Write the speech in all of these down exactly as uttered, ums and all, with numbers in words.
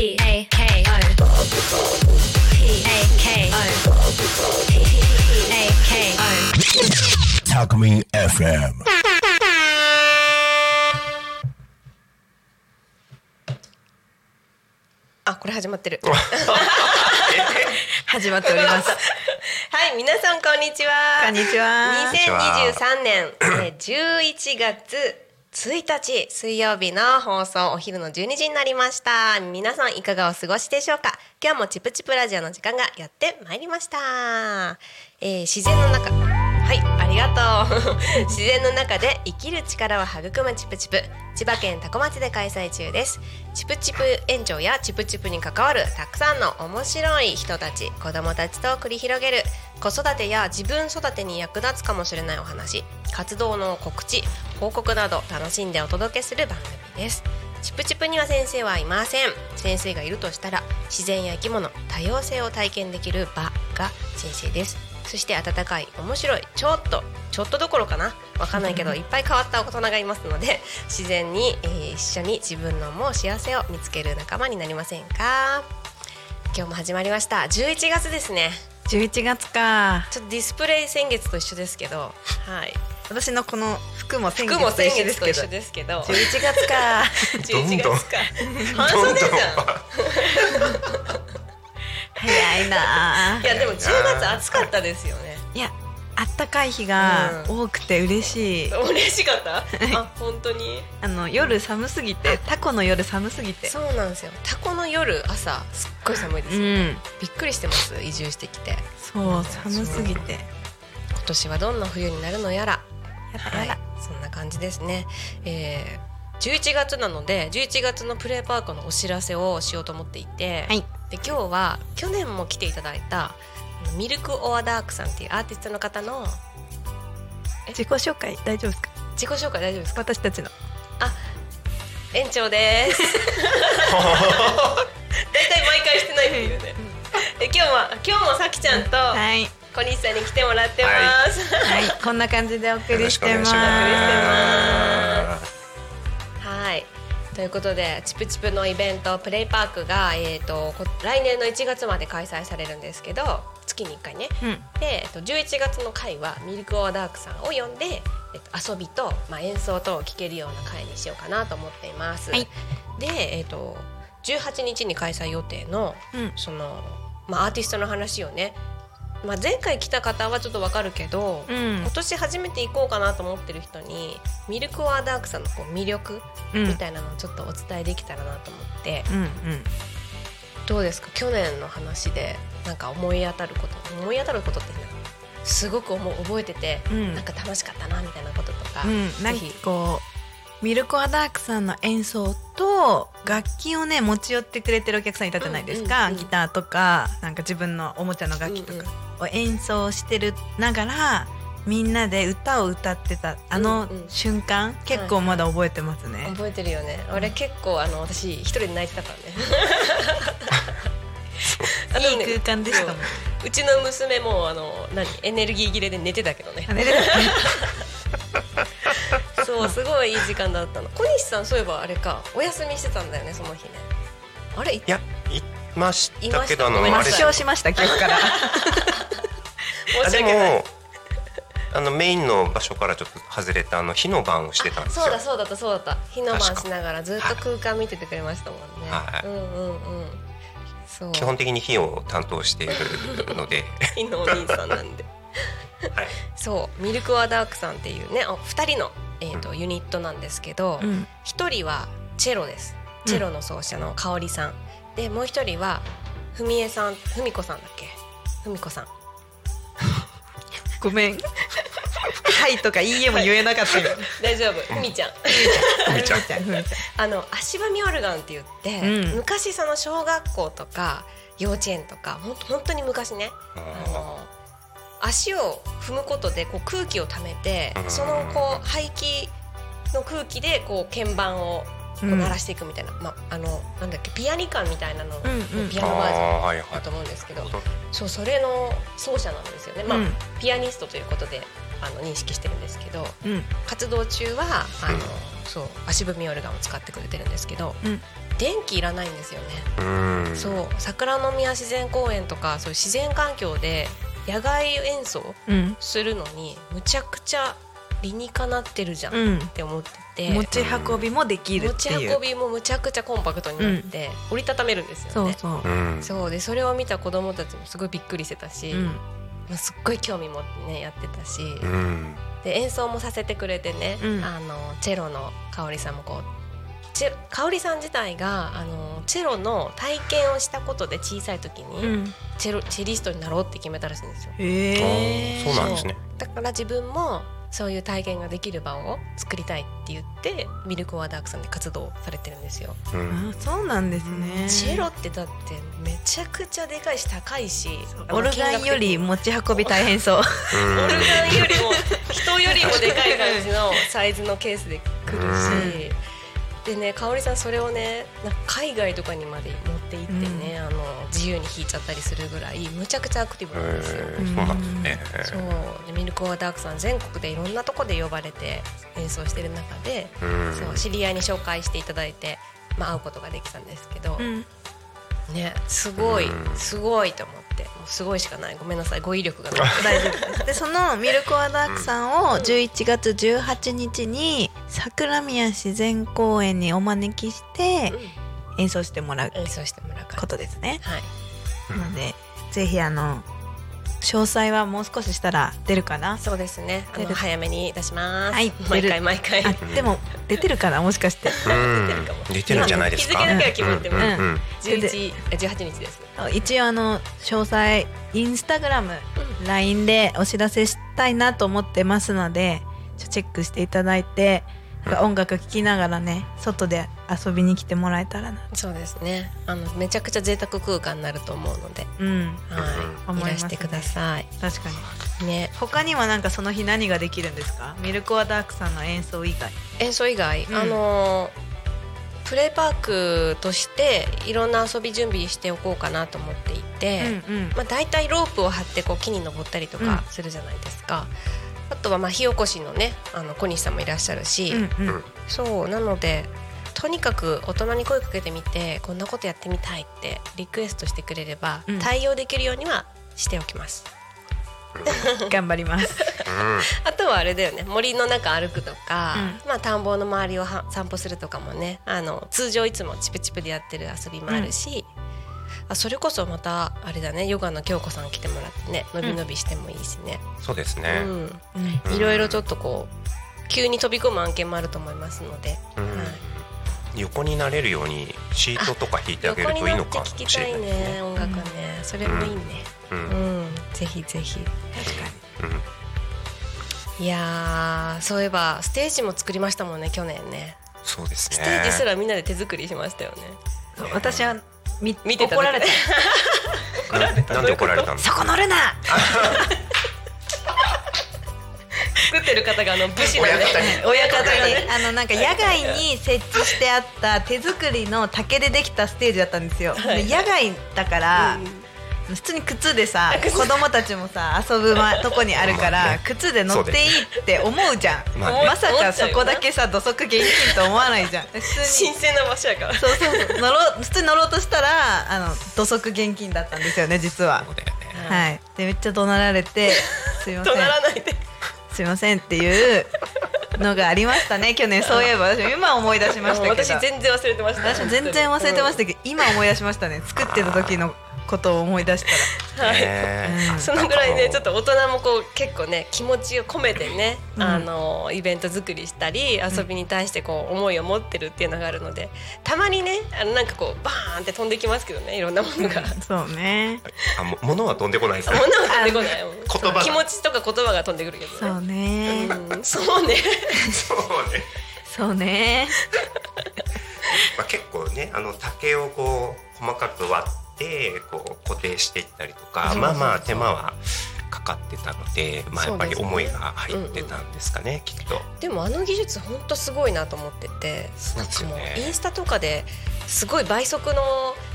P A K O P A K O P A K O タコミン エフエム。 あ、これ始まってる始まっておりますはい、皆さんこんにちは。 こんにちは。 にせんにじゅうさんねんじゅういちがつついたち水曜日の放送、お昼のじゅうにじになりました。皆さんいかがお過ごしでしょうか。今日もチプチプラジオの時間がやってまいりました。えー、自然の中、はい、ありがとう自然の中で生きる力を育むチプチプ、千葉県多古町で開催中です。チプチプ園長やチプチプに関わるたくさんの面白い人たち、子どもたちと繰り広げる子育てや自分育てに役立つかもしれないお話、活動の告知、報告など楽しんでお届けする番組です。チプチプには先生はいません。先生がいるとしたら自然や生き物多様性を体験できる場が先生です。そして温かい、面白い、ちょっとちょっとどころかな、わかんないけどいっぱい変わった大人がいますので、自然に、えー、一緒に自分の思う幸せを見つける仲間になりませんか。今日も始まりました。じゅういちがつですね。 じゅういちがつか。 ちょっとディスプレイ先月と一緒ですけど、はい、 私のこの服も先月服も先と一緒ですけど、 月と一緒ですけどじゅういちがつかじゅういちがつか半袖じゃん早いな。 いやでもじゅうがつ暑かったですよね。 いや、あったかい日が多くて嬉しい、 うん、嬉しかったあ、本当にあの夜寒すぎて、タコの夜寒すぎて。 そうなんですよ。タコの夜朝すっごい寒いですよ、ね、うん、びっくりしてます。移住してきて。 そう寒すぎて、 今年はどんな冬になるのやら、 やだやだ、 はい、そんな感じですね。えー、じゅういちがつなのでじゅういちがつのプレイパークのお知らせをしようと思っていて、はい、で今日は去年も来ていただいたミルクオアダークさんっていうアーティストの方の自己紹介大丈夫ですか。 自己紹介大丈夫ですか。 私たちのあ、園長ですだいたい毎回してないっていうねで今日は今日もさきちゃんと小西さんに来てもらってます、 はいはい、こんな感じでお送りしてます。 はい、ということでチプチプのイベントプレイパークが、えー、と来年のいちがつまで開催されるんですけど、月にいっかいね、うん、で、えっと、じゅういちがつの回はミルクオアダークさんを呼んで、えっと、遊びと、まあ、演奏と聴けるような回にしようかなと思っています、はい、で、えっと、じゅうはちにちに開催予定の、うん、その、まあ、アーティストの話をね、まあ、前回来た方はちょっとわかるけど、うん、今年初めて行こうかなと思ってる人にミルクオアダークさんのこう魅力みたいなのをちょっとお伝えできたらなと思って、うんうん、どうですか。去年の話でなんか思い当たること思い当たることってすごく思う覚えてて、うん、なんか楽しかったなみたいなこととか、うん、 なんかこうミルクオアダークさんの演奏と楽器をね持ち寄ってくれてるお客さんいたじゃないですか、うんうんうん、ギターとかなんか自分のおもちゃの楽器とかを演奏してるながらみんなで歌を歌ってたあの瞬間、うんうん、結構まだ覚えてますね、 はい、覚えてるよね。俺結構あの私一人で泣いてたからねいい空間でしたもん。 うちの娘もあの何エネルギー切れで寝てたけどね寝てたそう、すごいいい時間だったの。小西さんそういえばあれかお休みしてたんだよねその日ね。あれいやいましたけど、あの抹消しました記憶から申し訳ない。 でもあのメインの場所からちょっと外れたあの火の番をしてたんですよ。 そうだそうだったそうだった。火の番しながらずっと空間見ててくれましたもんね、はい、うんうんうん。そう基本的に火を担当しているので火のお兄さんなんではい、そうミルクオアダークさんっていうねふたりの、えーとうん、ユニットなんですけど、うん、ひとりはチェロです。チェロの奏者の香織さん、うん、でもうひとりはふみえさんふみこさんだっけふみこさんごめんはいとかいいえも言えなかったよ大丈夫。ふみちゃんふみちゃんあの足踏みオルガンって言って、うん、昔その小学校とか幼稚園とかほん本当に昔ねあの足を踏むことでこう空気をためてそのこう排気の空気でこう鍵盤をこう鳴らしていくみたいな、うんま、あのなんだっけピアニカンみたいなの、うんうん、ピアノバージョンだと思うんですけど、はいはい、そうそれの奏者なんですよね、まあうん、ピアニストということであの認識してるんですけど、うん、活動中はあのそう足踏みオルガンを使ってくれてるんですけど、 うん、 電気いらないんですよね。 うんそう桜宮自然公園とかそういう自然環境で野外演奏するのにむちゃくちゃ理にかなってるじゃんって思ってて、 持ち運びもできるっていう、 持ち運びもむちゃくちゃコンパクトになって、うん、折りたためるんですよね。 そうそう、 うん、 そうでそれを見た子どもたちもすごいびっくりしてたし、うんまあ、すっごい興味持ってねやってたし、うん、で演奏もさせてくれてね、うん、あのチェロの香織さんもこうチェ香織さん自体があのチェロの体験をしたことで小さい時に、うん、チェロチェリストになろうって決めたらしいんですよ。 へー、そうなんですね。 だから自分もそういう体験ができる場を作りたいって言ってミルクオアダークさんで活動されてるんですよ、 うん、あそうなんですね。 チェロってだってめちゃくちゃでかいし高いし、 オルガンより持ち運び大変そうオルガンよりも人よりもでかい感じのサイズのケースで来るし、でね香織さんそれをねなんか海外とかにまで持って行ってね、うん、あの自由に弾いちゃったりするぐらいむちゃくちゃアクティブなんですよ。 そうなんですね。 そうでミルクオアダークさん全国でいろんなとこで呼ばれて演奏してる中で、うん、そう知り合いに紹介していただいて、まあ、会うことができたんですけど、うん、ねすごい、うん、すごいと思ってもうすごいしかないごめんなさい語彙力がない大丈夫ですでそのミルクオアダークさんをじゅういちがつじゅうはちにちに桜宮自然公園にお招きして演奏してもらう演奏してもらうことですね。 はい、 なのでぜひあの詳細はもう少ししたら出るかな。 そうですねあの早めに出します、はい、毎回毎回あでも出てるかなもしかしてうん出てるかも出てるんじゃないですか。 日付だけは決まってます、うんうん、じゅういち、じゅうはちにちです。 一応あの詳細インスタグラム、うん、ライン でお知らせしたいなと思ってますのでチェックしていただいて、うん、音楽聴きながらね外で遊びに来てもらえたらな。 そうですねあのめちゃくちゃ贅沢空間になると思うので、 うん、 はい、いらしてください。 確かにね。 他にはなんかその日何ができるんですか？ミルクオアダークさんの演奏以外。 演奏以外、うん、あのプレイパークとしていろんな遊び準備しておこうかなと思っていて、うんうんまあ、だいたいロープを張ってこう木に登ったりとかするじゃないですか、うん、あとはまあ火起こしのねあの小西さんもいらっしゃるし、うんうん、そうなのでとにかく大人に声かけてみてこんなことやってみたいってリクエストしてくれれば、うん、対応できるようにはしておきます。 頑張りますあとはあれだよね森の中歩くとか、うんまあ、田んぼの周りを散歩するとかもねあの通常いつもチプチプでやってる遊びもあるし、うん、あそれこそまたあれだねヨガの京子さん来てもらってねのびのびしてもいいしね、 うん、そうですね、 うんうん、いろいろちょっとこう急に飛び込む案件もあると思いますので、うんはい、 横になれるようにシートとか引いてあげるといいのかもしれないですね。 横になって聞きたいね音楽ね、うん、それもいいね、うんうん、ぜひぜひ。 確かに、 うん、いやそういえばステージも作りましたもんね去年ね。 そうですねステージすらみんなで手作りしましたよね。 私は見見てた怒られた怒られたなんで怒られたの？ そこ乗るな作ってる方があの武士なんで親方にあのなんか野外に設置してあった手作りの竹でできたステージだったんですよ、はい、で野外だから、うん、普通に靴でさ子供たちもさ遊ぶ、ま、とこにあるから、ね、靴で乗っていいって思うじゃん、まあね、まさかそこだけさ土足厳禁と思わないじゃん。普通に新鮮な場所やからそうそう乗ろう普通に乗ろうとしたらあの土足厳禁だったんですよね実は。 そうだよね、 はい、でめっちゃ怒鳴られてすいません怒鳴らないですいませんっていうのがありましたね去年。そういえば私今思い出しましたけど私全然忘れてました。 私全然忘れてましたけど、うん、今思い出しましたね作ってた時のことを思い出したら、 はいうん、そのぐらいねちょっと大人もこう結構ね気持ちを込めてね、うん、あのイベント作りしたり遊びに対してこう思いを持ってるっていうのがあるのでたまにねあのなんかこうバーンって飛んできますけどねいろんなものが、うん、 そうねあも物は飛んでこないですね。 物は飛んでこない言葉気持ちとか言葉が飛んでくるけどね。 そうね、 うん、そうねそうねそうねまあ結構ねあの竹をこう細かく割ってでこう固定していったりとか、うん、まあまあ手間はかかってたので、まあ、やっぱり思いが入ってたんですかね、うんうん、きっと。 でもあの技術本当すごいなと思ってて、なんかもうインスタとかですごい倍速の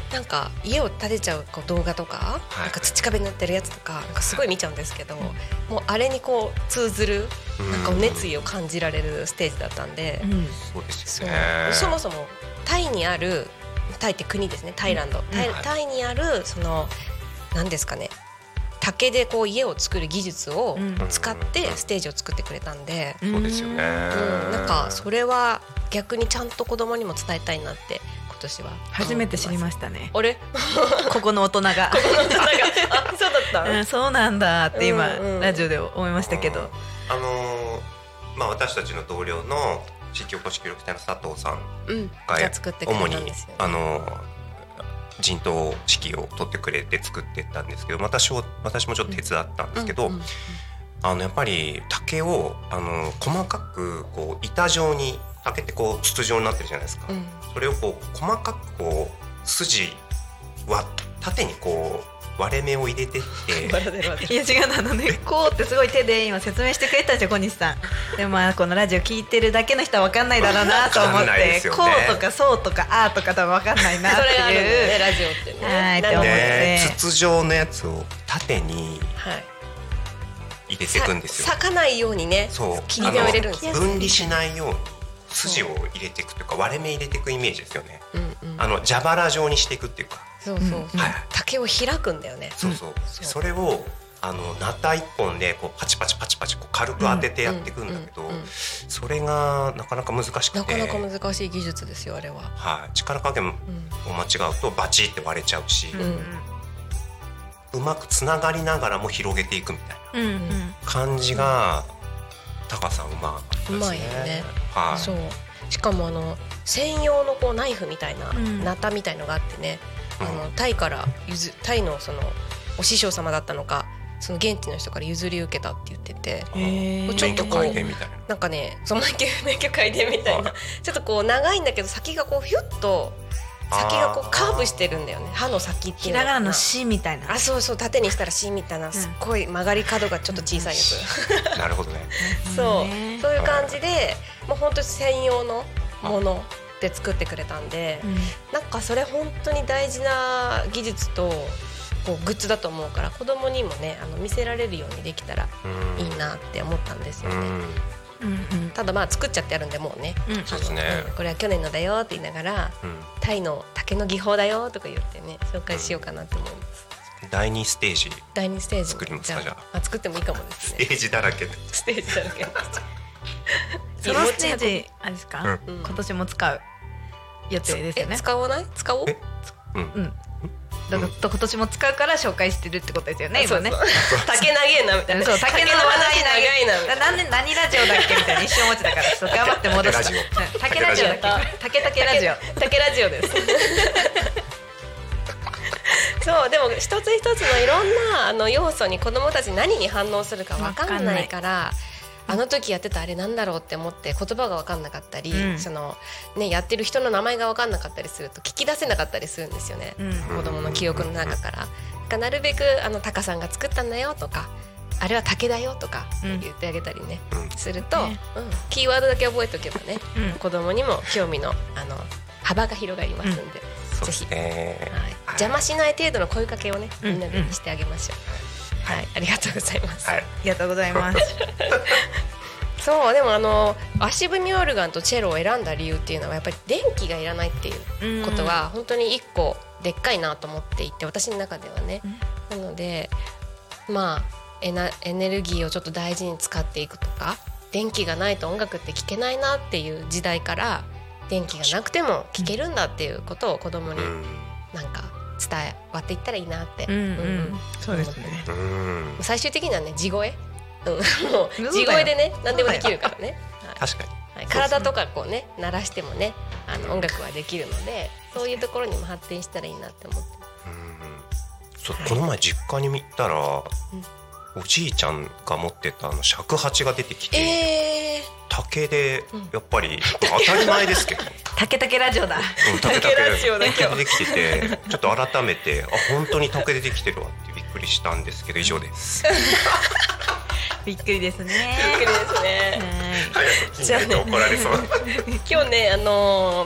なんか家を建てちゃうこう動画とか、 はい、 なんか土壁になってるやつとかなんかすごい見ちゃうんですけど、もうあれにこう通ずるなんか熱意を感じられるステージだったんで、 うん、 そうですよそね。 うそもそもタイにある、タイって国ですね、タイランド、タイ、タイにあるその何ですかね、竹でこう家を作る技術を使ってステージを作ってくれたんで、 うん、そうですよね、 うん、なんかそれは逆にちゃんと子供にも伝えたいなって今年は初めて知りましたね。 あれここの大人があ、そうだった、 うん、そうなんだって今、 うんうん、 ラジオで思いましたけど、 あのーまあ、私たちの同僚の地域おこし協力隊の佐藤さんが、 うん、作ってくれたんですよね、 主にあのー陣頭指揮を取ってくれて作ってったんですけど、私も私もちょっと手伝ったんですけど、うんうんうん、あのやっぱり竹をあの細かくこう板状に、竹ってこう筒状になってるじゃないですか、うん、それをこう細かくこう筋は縦にこう割れ目を入れてっていや違う、あのね、こうってすごい手で今説明してくれたんですよ小西さん。でもまあこのラジオ聞いてるだけの人は分かんないだろうなと思って、ね、こうとかそうとかあーとか多分分かんないなっていうそれあるんだよね、ラジオってね。 はいって思って、 ね、筒状のやつを縦に入れていくんですよ。 裂かないようにね、 そう切り目を入れるんですよ。 分離しないように筋を入れていくというか割れ目入れていくイメージですよね、うんうん、あの蛇腹状にしていくっていうか、 そうそうそう、はい、竹を開くんだよね。 そうそう、うん、それをあのナタ一本でこうパチパチパチパチこう軽く当ててやっていくんだけど、それがなかなか難しくて、 なかなか難しい技術ですよあれは、 はい、力加減を間違うとバチって割れちゃうし、うんうん、うまくつながりながらも広げていくみたいな感じが、タカさんうまかったですね。 うまいよね、 はい、 そうしかもあの専用のこうナイフみたいな、うん、ナタみたいのがあってね、あのタイから譲タイのそのお師匠様だったのかその現地の人から譲り受けたって言ってて、 ちょっとこうなんかね、その免許免許改伝みたいなちょっとこう長いんだけど先がこうヒュッと先がこうカーブしてるんだよね、刃の先っていうの。 ひらがなの C みたいな。 あ、そうそう、縦にしたら C みたいなすっごい曲がり角がちょっと小さいやつ、 うん、なるほどねそうそういう感じでもう本当に専用のもので作ってくれたんで、うん、なんかそれ本当に大事な技術とこうグッズだと思うから子供にもねあの見せられるようにできたらいいなって思ったんですよね、うんうんうん、ただまあ作っちゃってあるんでもうね、うん、 そうですね、 うん、これは去年のだよって言いながら、うん、タイの竹の技法だよとか言ってね紹介しようかなと思います、 うん、だいにステージだいにステージ作りますか。じゃあ、 あ作ってもいいかもですね。 ステージだらけでステージだらけそのステージあれですか、うん、今年も使う予定ですよね。 使わない使おう、 うん、うんだから今年も使うから紹介してるってことですよね、今ね。 竹長えなみたいな、 そう竹の話長いなみたいな、 何何ラジオだっけみたいな一瞬思ってたからちょっと頑張って戻した。竹ラジオだっけ、竹竹ラジオ、 竹ラジオですそうでも一つ一つのいろんなあの要素に子どもたち何に反応するか分かんないから、あの時やってたあれなんだろうって思って言葉が分かんなかったり、うんそのね、やってる人の名前が分かんなかったりすると聞き出せなかったりするんですよね、うん、子供の記憶の中から。なるべくあのタカさんが作ったんだよとかあれは竹だよとか言ってあげたりね、うん、すると、ねうん、キーワードだけ覚えておけばね、うん、子供にも興味の、あの幅が広がりますんで、うん、ぜひ、ねはい、邪魔しない程度の声かけをねみんなでしてあげましょう、うんはい、ありがとうございます、 はい、ありがとうございますそうでもあの足踏みオルガンとチェロを選んだ理由っていうのはやっぱり電気がいらないっていうことは本当に一個でっかいなと思っていて、私の中ではね、うん、なのでまあエナ、エネルギーをちょっと大事に使っていくとか、電気がないと音楽って聴けないなっていう時代から電気がなくても聴けるんだっていうことを子供になんか伝えわっていったらいいなって、うんうんうん、 そうですね。 最終的にはね地声うん、もう地声でね何でもできるからね、 はい、確かに、 はい、体とかこうね鳴らしてもねあの音楽はできるので、そういうところにも発展したらいいなって思って。 うんそう、はい、この前実家に見たら、うん、おじいちゃんが持ってたあの尺八が出てきて、えー、竹でやっぱり、うん、当たり前ですけど竹竹ラジオだ、 うん、竹竹ラジオだ竹でできててちょっと改めてあ本当に竹でできてるわってびっくりしたんですけど以上ですびっくりですね。 びっくりですね。 じゃあね、怒られそう。 今日ね、あのー、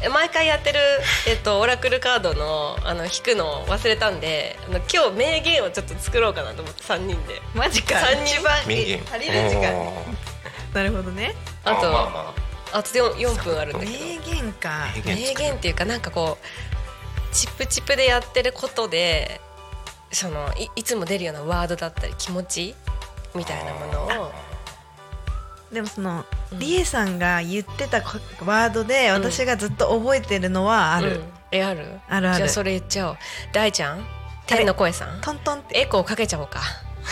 毎回やってる、えっと、オラクルカード の, あの引くのを忘れたんで、あの今日名言をちょっと作ろうかなと思ってさんにんで。 マジか。 さんにん一番名言足りる時間。なるほどね。 あと、 まあまあまあと よん, よんぷんあるんだけど、 名言か。 名言名言っていうかなんかこうチップチップでやってることでその い, いつも出るようなワードだったり気持ちみたいなものを。 でもその、 うん、 リエさんが言ってたワードで私がずっと覚えてるのはある、 うん、えあるあるある。 じゃあそれ言っちゃおう。大ちゃん天の声さんトントンってエコーかけちゃおうか。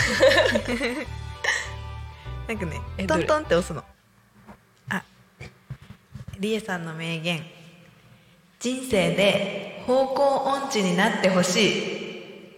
なんかねえトントンって押すの。あ、リエさんの名言。人生で方向音痴になってほしい。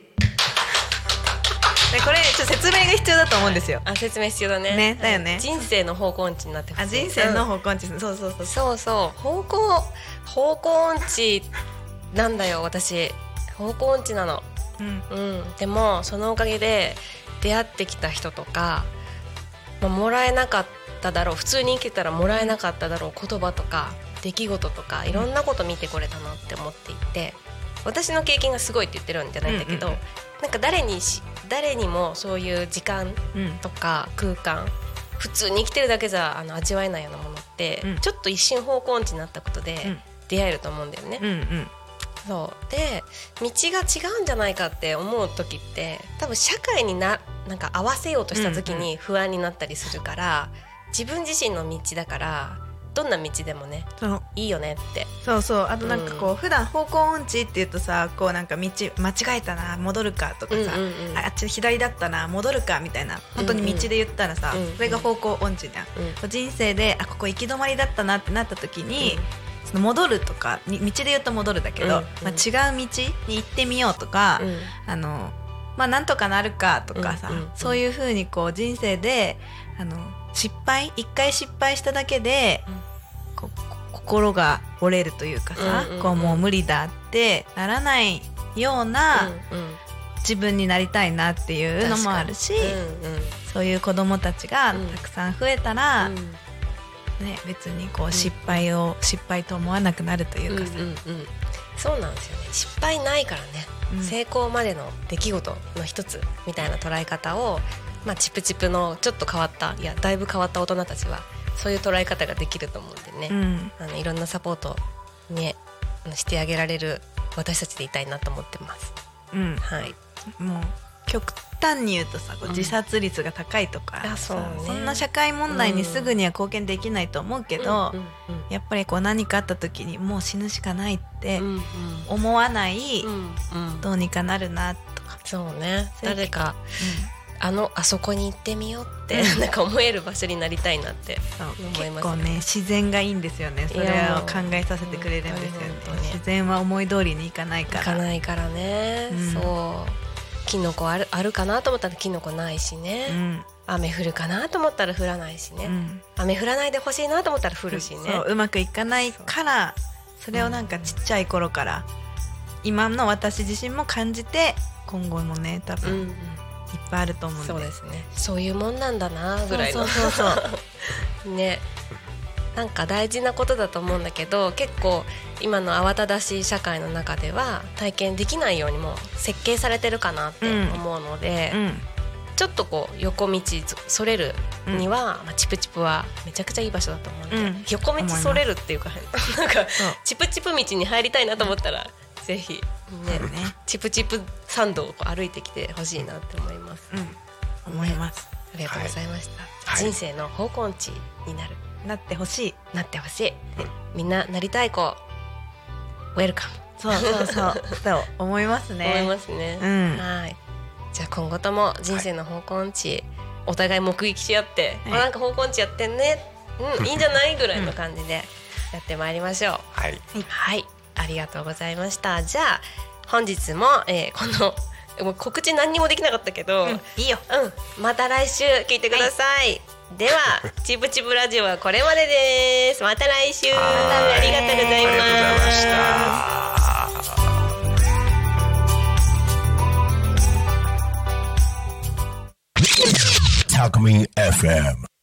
でこれちょっと説明が必要だと思うんですよ。 あ、説明必要だね。 ね、だよね。 人生の方向音痴になってほしい。 あ、人生のうん方向音痴、そうそうそう。 そうそう方向方向音痴なんだよ私。方向音痴なの。 うんうん、でもそのおかげで出会ってきた人とか、まあ、もらえなかっただろう、普通に生きてたらもらえなかっただろう言葉とか出来事とかいろんなこと見てこれたなって思っていて、私の経験がすごいって言ってるんじゃないんだけど、 うんうんうん、 なんか誰にし誰にもそういう時間とか空間、普通に生きてるだけじゃあの味わえないようなものって、 うん、 ちょっと一瞬方向音痴になったことで出会えると思うんだよね。 うんうん、 そうで道が違うんじゃないかって思う時って多分社会にななんか合わせようとした時に不安になったりするから、うんうん、自分自身の道だからどんな道でもねそういいよねって。 そうそう。あとなんかこう、 うん、 普段方向音痴って言うとさ、こうなんか道間違えたな戻るかとかさ、 うんうんうん、 あっち左だったな戻るかみたいな、本当に道で言ったらさ、 うんうん、 それが方向音痴じゃん、うん、人生であここ行き止まりだったなってなった時に、うん、その戻るとかに道で言うと戻るだけど、うんうん、まあ、違う道に行ってみようとか、うん、あのまあなんとかなるかとかさ、うんうんうん、そういう風にこう人生であの失敗一回失敗しただけで、うん、こ心が折れるというかさ、うんうんうん、こうもう無理だってならないような自分になりたいなっていうのもあるし、うんうん、そういう子どもたちがたくさん増えたら、うんね、別にこう失敗を、うん、失敗と思わなくなるというかさ、うんうんうん、 そうなんですよね。失敗ないからね、うん、成功までの出来事の一つみたいな捉え方を、まあ、チップチップのちょっと変わったいやだいぶ変わった大人たちはそういう捉え方ができると思うんでね、うん、あのいろんなサポート、ね、してあげられる私たちでいたいなと思ってます、 うん、 はい、 もう極端に言うとさこう自殺率が高いとか、うん そ, ね、そんな社会問題にすぐには貢献できないと思うけど、うんうんうん、やっぱりこう何かあった時にもう死ぬしかないって思わない、うんうん、どうにかなるなとか、 そうね、誰か、うん、あのあそこに行ってみようってなんか思える場所になりたいなって思います、ね、 結構ね自然がいいんですよね。それを考えさせてくれるんですよね。自然は思い通りにいかないからいかないからね、うん、そうキノコある、あるかなと思ったらキノコないしね、うん、雨降るかなと思ったら降らないしね、うん、雨降らないでほしいなと思ったら降るしね、 そう、うまくいかないからそれをなんかちっちゃい頃から今の私自身も感じて今後もね多分、うんうん、いっぱいあると思うんで、 そうですね、そういうもんなんだなぐらいのそうそうそうそうね、なんか大事なことだと思うんだけど結構今の慌ただしい社会の中では体験できないようにも設計されてるかなって思うので、うんうん、ちょっとこう横道それるには、うんまあ、チプチプはめちゃくちゃいい場所だと思うので、うん、横道それるっていうかなんかチプチプ道に入りたいなと思ったら、うん、ぜひ、ねね、チプチプ参道を歩いてきてほしいなって思います、 うん、思います、 ね、ありがとうございました、はい、人生の方向音痴になるなってほしいなってほしい、みんななりたい子ウェルカム、 そうそうそうそう思いますね思いますね、 うん、 はい。じゃあ今後とも人生の方向音痴、はい、お互い目撃し合って、はい、なんか方向音痴やってんね、うん、いいんじゃないぐらいの感じでやってまいりましょうはい、 はい、ありがとうございました。じゃあ本日も、えー、このもう告知何にもできなかったけど、うん、 いいよ、 うん、また来週聞いてください、はい、ではチブチブラジオはこれまでです。また来週、ありがとうございます。 ありがとうございました。 Talk Me エフエム